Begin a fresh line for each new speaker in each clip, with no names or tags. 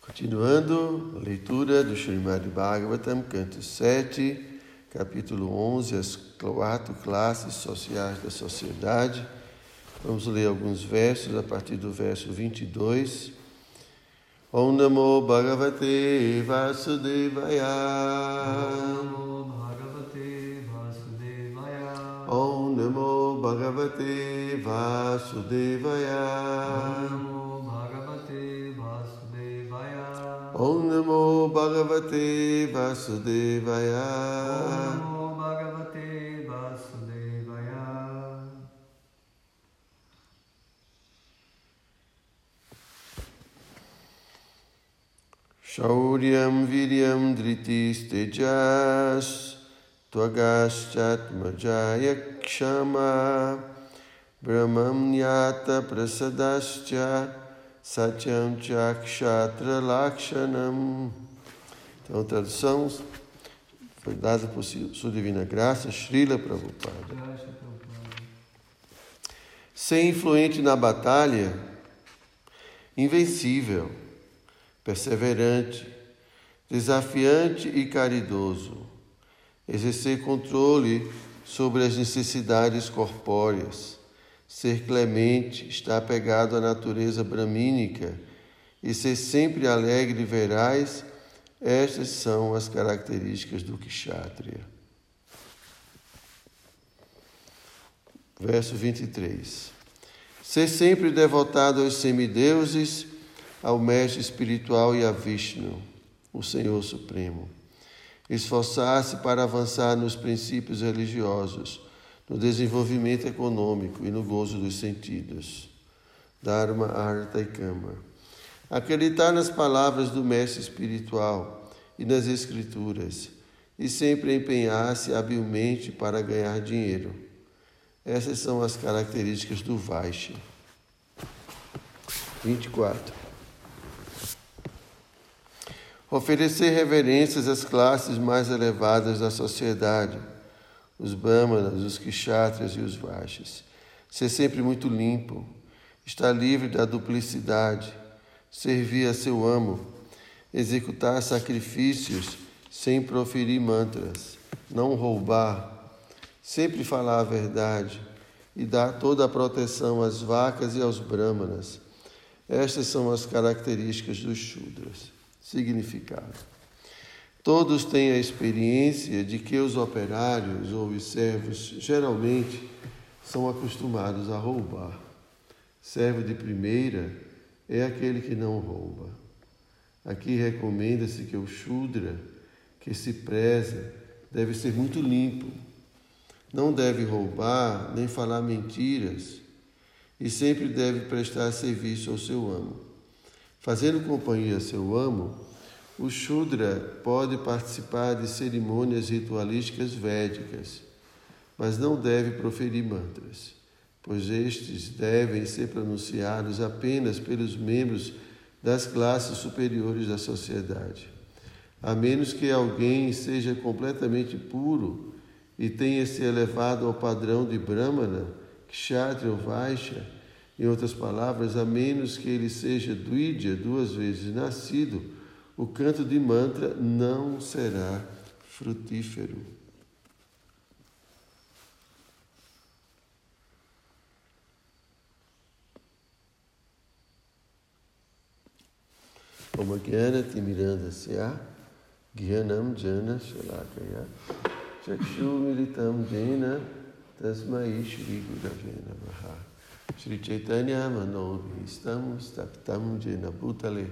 Continuando a leitura do Srimad Bhagavatam, canto 7, capítulo 11, as 4 classes sociais da sociedade. Vamos ler alguns versos a partir do verso 22. Om Namo Bhagavate Vasudevaya. Om Namo Bhagavate Vasudevaya. Om Namo Bhagavate Vasudevaya.
Om Namo Bhagavate Vasudevaya.
Shauryam Viryam Dhritis Tejas Tvagaschatmajaya Kshama Brahmam Nyata Prasadascha Satyam Chakshatra Lakshanam. Então, a tradução foi dada por Sua Divina Graça, Srila Prabhupada. Ser influente na batalha, invencível, perseverante, desafiante e caridoso. Exercer controle sobre as necessidades corpóreas. Ser clemente, estar apegado à natureza bramínica e ser sempre alegre e veraz, estas são as características do Kshatriya. Verso 23. Ser sempre devotado aos semideuses, ao Mestre Espiritual e a Vishnu, o Senhor Supremo. Esforçar-se para avançar nos princípios religiosos, no desenvolvimento econômico e no gozo dos sentidos. Dharma, Artha e Kama. Acreditar nas palavras do Mestre Espiritual e nas Escrituras, e sempre empenhar-se habilmente para ganhar dinheiro. Essas são as características do Vaishya. 24. Oferecer reverências às classes mais elevadas da sociedade, os Brahmanas, os Kshatriyas e os Vaishyas. Ser sempre muito limpo, estar livre da duplicidade, servir a seu amo, executar sacrifícios sem proferir mantras, não roubar, sempre falar a verdade e dar toda a proteção às vacas e aos Brahmanas. Estas são as características dos Shudras. Significado. Todos têm a experiência de que os operários ou os servos geralmente são acostumados a roubar. Servo de primeira é aquele que não rouba. Aqui recomenda-se que o Shudra, que se preza, deve ser muito limpo. Não deve roubar nem falar mentiras e sempre deve prestar serviço ao seu amo. Fazendo companhia a seu amo, o Shudra pode participar de cerimônias ritualísticas védicas, mas não deve proferir mantras, pois estes devem ser pronunciados apenas pelos membros das classes superiores da sociedade. A menos que alguém seja completamente puro e tenha se elevado ao padrão de Brahmana, Kshatriya ou Vaishya, em outras palavras, a menos que ele seja Dvidya, 2 vezes nascido, o canto de mantra não será frutífero. Om Gyana Timirandasya Gyanam Jana Shalakaya Chakshu Militam Jena Tasmai Shri Gurave Namaha. Shri Chaitanya Manobhistam Staptam Jena Bhutale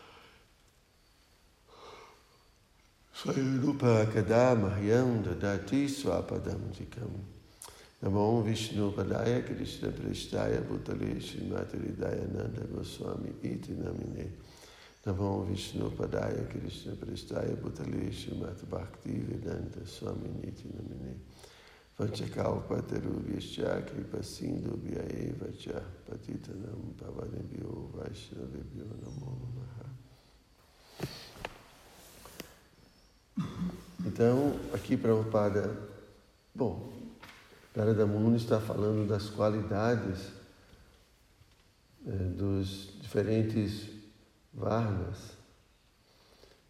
Swarupa Kadamahyam Dadati Swapadam Jikam. Namo Vishnu Padaya Krishna Prestaya Bhutale Srimati Hridayananda Goswami Iti Namine. Namo Vishnu Padaya Krishna Prestaya Bhutale Srimati Bhakti Vedanta Swami Iti Namine. Vanchakalpatarubhyascha kripasindubhya eva cha patitanam pavanebhyo vaishnavebhyo namo namaha. Então, aqui Prabhupada, Narada Muni está falando das qualidades dos diferentes varnas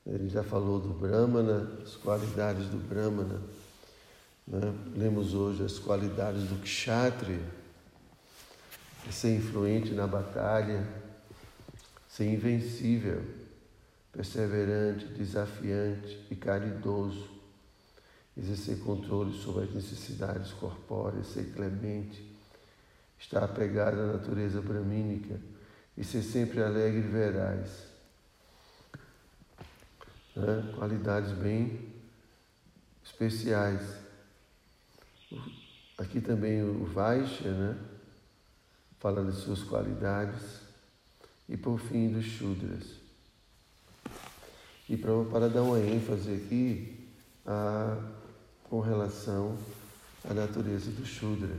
Ele já falou do Brahmana, as qualidades do Brahmana. Né? Lemos hoje as qualidades do Kshatriya, ser influente na batalha, ser invencível, perseverante, desafiante e caridoso, exercer controle sobre as necessidades corpóreas, ser clemente, estar apegado à natureza bramínica e ser sempre alegre e veraz. Né? Qualidades bem especiais. Aqui também o Vaishya, né? Fala de suas qualidades. E por fim, dos Shudras. E para dar uma ênfase aqui com relação à natureza do Shudra.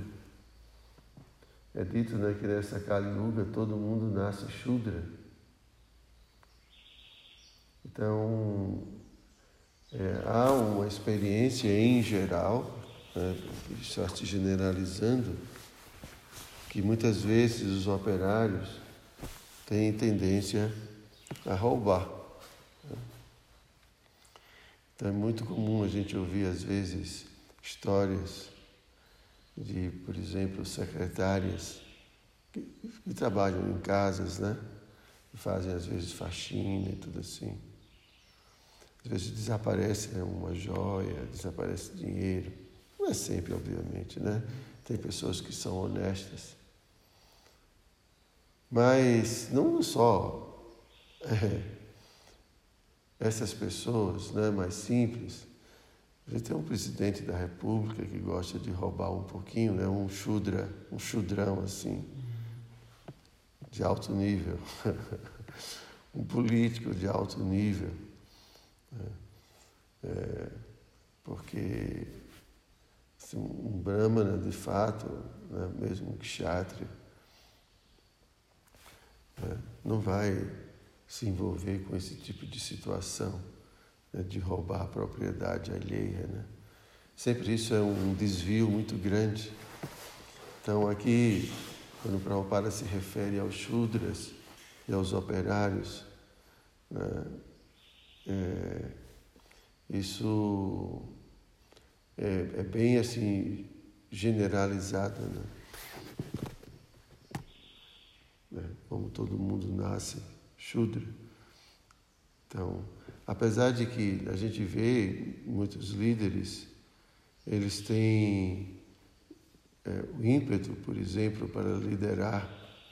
É dito, né, que nessa Kali Yuga todo mundo nasce Shudra. Então, há uma experiência em geral, né, está se generalizando, que muitas vezes os operários têm tendência a roubar. Então é muito comum a gente ouvir, às vezes, histórias de, por exemplo, secretárias que trabalham em casas, né? E fazem, às vezes, faxina e tudo assim. Às vezes desaparece uma joia, desaparece dinheiro. Não é sempre, obviamente, né? Tem pessoas que são honestas. Mas não só essas pessoas, né, mais simples. A gente tem um presidente da República que gosta de roubar um pouquinho, né, um chudrão assim, de alto nível. Um político de alto nível. Porque assim, um Brahmana, de fato, né, mesmo um Kshatriya, não vai se envolver com esse tipo de situação, né, de roubar a propriedade alheia. Né? Sempre isso é um desvio muito grande. Então aqui, quando o Prabhupada se refere aos Shudras e aos operários, né, isso é bem assim generalizado, né? Como todo mundo nasce Shudra. Então, apesar de que a gente vê muitos líderes, eles têm o ímpeto, por exemplo, para liderar,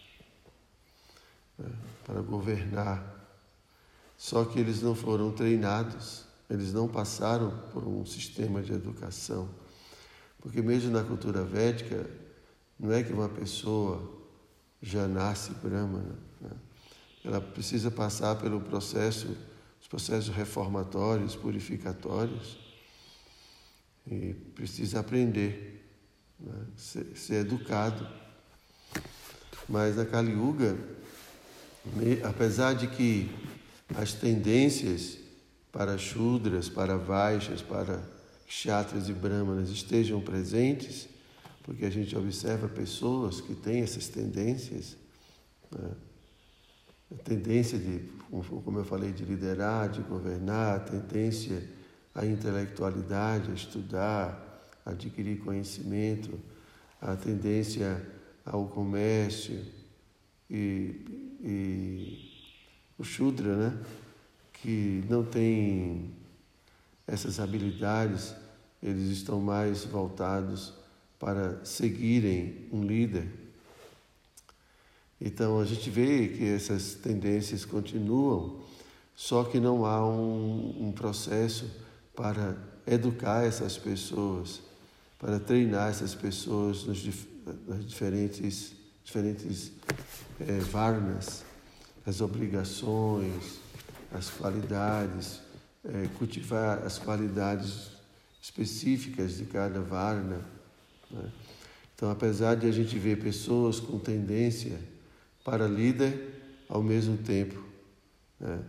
para governar, só que eles não foram treinados, eles não passaram por um sistema de educação. Porque mesmo na cultura védica, não é que uma pessoa já nasce Brahmana, né? Ela precisa passar pelo os processos reformatórios, purificatórios, e precisa aprender, né? Ser educado. Mas na Kali Yuga, apesar de que as tendências para Shudras, para Vaishyas, para Kshatriyas e Brahmanas estejam presentes, porque a gente observa pessoas que têm essas tendências, né? A tendência de, como eu falei, de liderar, de governar, a tendência à intelectualidade, a estudar, a adquirir conhecimento, a tendência ao comércio e o Shudra, né, que não tem essas habilidades, eles estão mais voltados para seguirem um líder. Então a gente vê que essas tendências continuam, só que não há um processo para educar essas pessoas, para treinar essas pessoas nas diferentes varnas, as obrigações, as qualidades, cultivar as qualidades específicas de cada varna, né? Então, apesar de a gente ver pessoas com tendência para líder, ao mesmo tempo, né,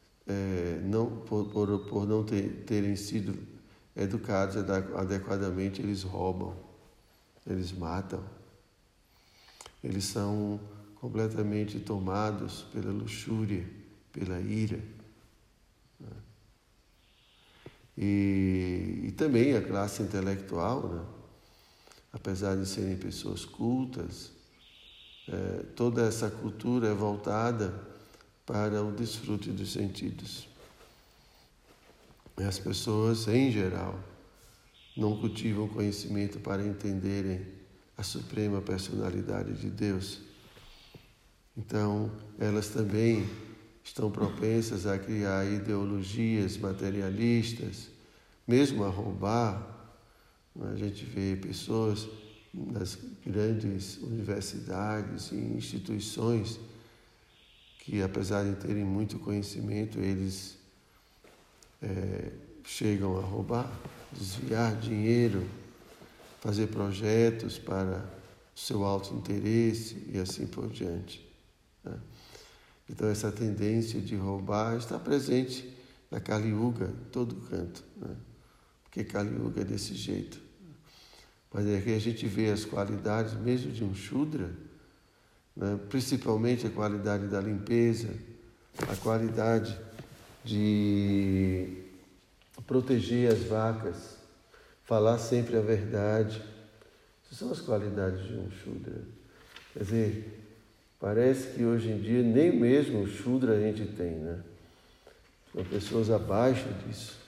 por não terem sido educados adequadamente, eles roubam, eles matam, eles são completamente tomados pela luxúria, pela ira, né? E também a classe intelectual, né? Apesar de serem pessoas cultas, toda essa cultura é voltada para o desfrute dos sentidos. As pessoas, em geral, não cultivam conhecimento para entenderem a suprema personalidade de Deus. Então, elas também estão propensas a criar ideologias materialistas, mesmo a roubar. A gente vê pessoas nas grandes universidades e instituições que, apesar de terem muito conhecimento, eles chegam a roubar, desviar dinheiro, fazer projetos para o seu alto interesse e assim por diante. Então, essa tendência de roubar está presente na Kali Yuga, em todo canto, né? Porque Kali Yuga é desse jeito. Mas é que a gente vê as qualidades mesmo de um Shudra, né? Principalmente a qualidade da limpeza, a qualidade de proteger as vacas, falar sempre a verdade. Essas são as qualidades de um Shudra. Quer dizer, parece que hoje em dia nem mesmo o Shudra a gente tem, né? São pessoas abaixo disso.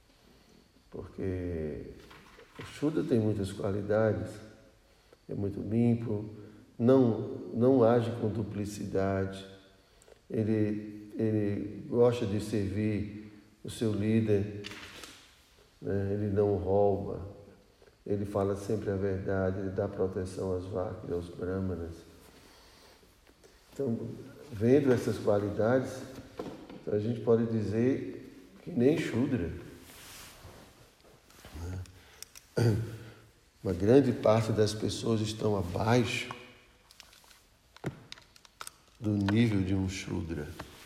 Porque o Shudra tem muitas qualidades, é muito limpo, não age com duplicidade, ele gosta de servir o seu líder, né? Ele não rouba, ele fala sempre a verdade, ele dá proteção às vacas e aos brahmanas. Então, vendo essas qualidades, a gente pode dizer que nem Shudra. Uma grande parte das pessoas estão abaixo do nível de um Shudra.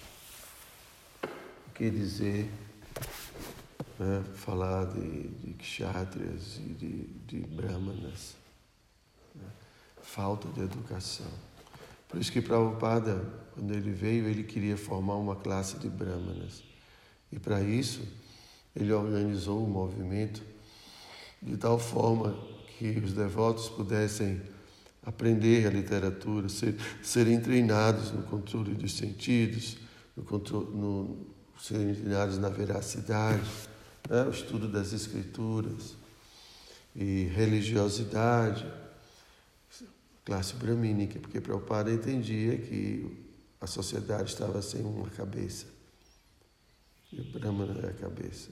O que dizer, né? Falar de kshatriyas e de brahmanas, né? Falta de educação. Por isso que Prabhupada, quando ele veio, ele queria formar uma classe de brahmanas. E para isso, ele organizou um movimento de tal forma que os devotos pudessem aprender a literatura, serem treinados no controle dos sentidos, serem treinados na veracidade, né? O estudo das escrituras e religiosidade, classe bramínica, porque Prabhupada entendia que a sociedade estava sem uma cabeça, e o Brahmana é a cabeça.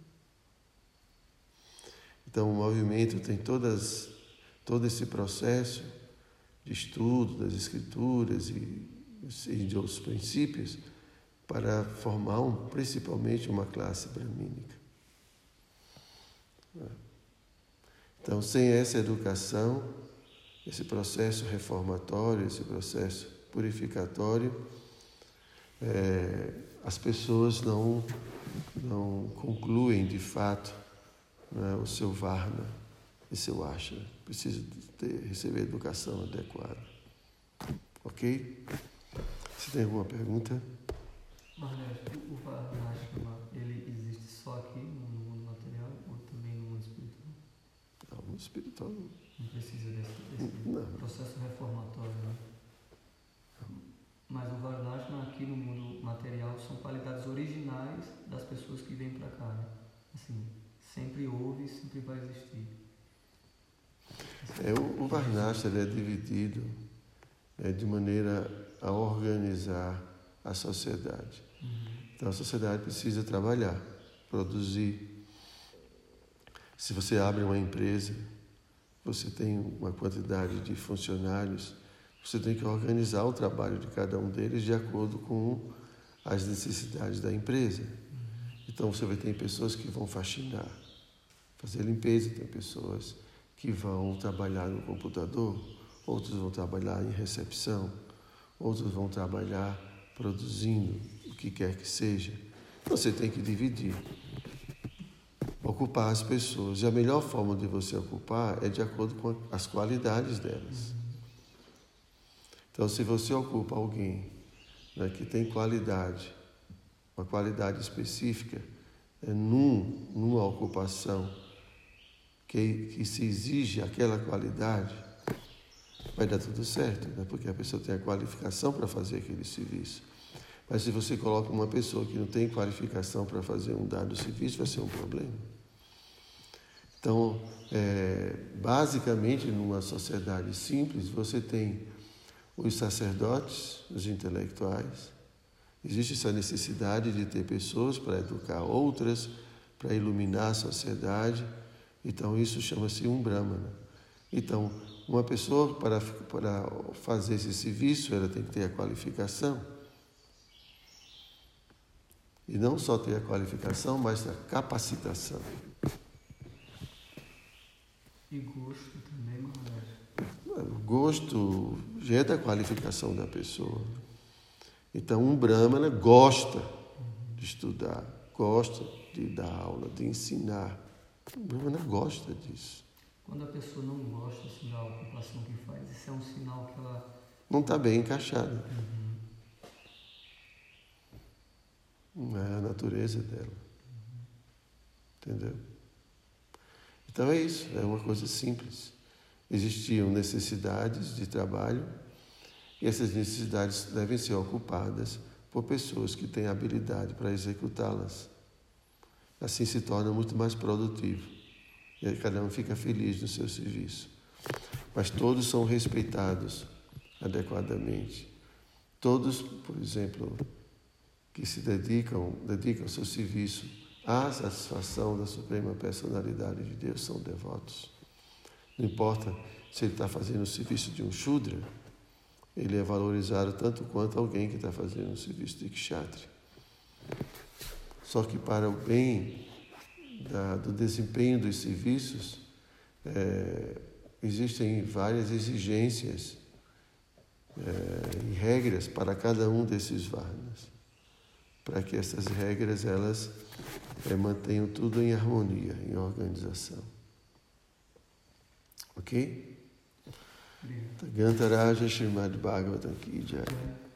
Então, o movimento tem todo esse processo de estudo das escrituras e de outros princípios para formar principalmente uma classe bramínica. Então, sem essa educação, esse processo reformatório, esse processo purificatório, as pessoas não concluem de fato, né, o seu varna e seu ashra. Precisa receber educação adequada. Ok? Você tem alguma pergunta?
Maharaj, o Varnashrama, ele existe só aqui no mundo material ou também no mundo espiritual?
Não, no mundo espiritual não.
Não precisa desse processo reformatório, né? Mas o Varnashrama aqui no mundo material são qualidades originais das pessoas que vêm para cá, né? Assim, sempre houve e sempre vai existir.
O Varnashrama é dividido de maneira a organizar a sociedade. Então a sociedade precisa trabalhar, produzir. Se você abre uma empresa, você tem uma quantidade de funcionários, você tem que organizar o trabalho de cada um deles de acordo com as necessidades da empresa. Então você vai ter pessoas que vão faxinar, fazer limpeza, tem pessoas que vão trabalhar no computador, outros vão trabalhar em recepção, outros vão trabalhar produzindo o que quer que seja. Você tem que dividir, ocupar as pessoas. E a melhor forma de você ocupar é de acordo com as qualidades delas. Então, se você ocupa alguém, né, que tem qualidade, uma qualidade específica, numa ocupação que se exige aquela qualidade, vai dar tudo certo, né? Porque a pessoa tem a qualificação para fazer aquele serviço. Mas se você coloca uma pessoa que não tem qualificação para fazer um dado serviço, vai ser um problema. Então, basicamente, numa sociedade simples, você tem os sacerdotes, os intelectuais. Existe essa necessidade de ter pessoas para educar outras, para iluminar a sociedade. Então, isso chama-se um Brahmana. Então, uma pessoa, para fazer esse serviço, ela tem que ter a qualificação. E não só ter a qualificação, mas a capacitação.
E gosto também, Maharaj.
O gosto já é da qualificação da pessoa. Então, um Brahmana gosta de estudar, gosta de dar aula, de ensinar. Um Brahmana gosta disso.
Quando a pessoa não gosta assim, da ocupação que faz, isso é um sinal que ela...
Não está bem encaixada. Não é a natureza dela. Entendeu? Então é isso, é uma coisa simples. Existiam necessidades de trabalho e essas necessidades devem ser ocupadas por pessoas que têm habilidade para executá-las. Assim se torna muito mais produtivo. E aí cada um fica feliz no seu serviço. Mas todos são respeitados adequadamente. Todos, por exemplo, que se dedicam ao seu serviço à satisfação da Suprema Personalidade de Deus são devotos. Não importa se ele está fazendo o serviço de um Shudra, ele é valorizado tanto quanto alguém que está fazendo o serviço de Kshatriya. Só que para o bem do desempenho dos serviços, existem várias exigências e regras para cada um desses varnas, para que essas regras elas mantenham tudo em harmonia, em organização. Ok? Gantaraja Srimad Bhagavatam Ki Jai.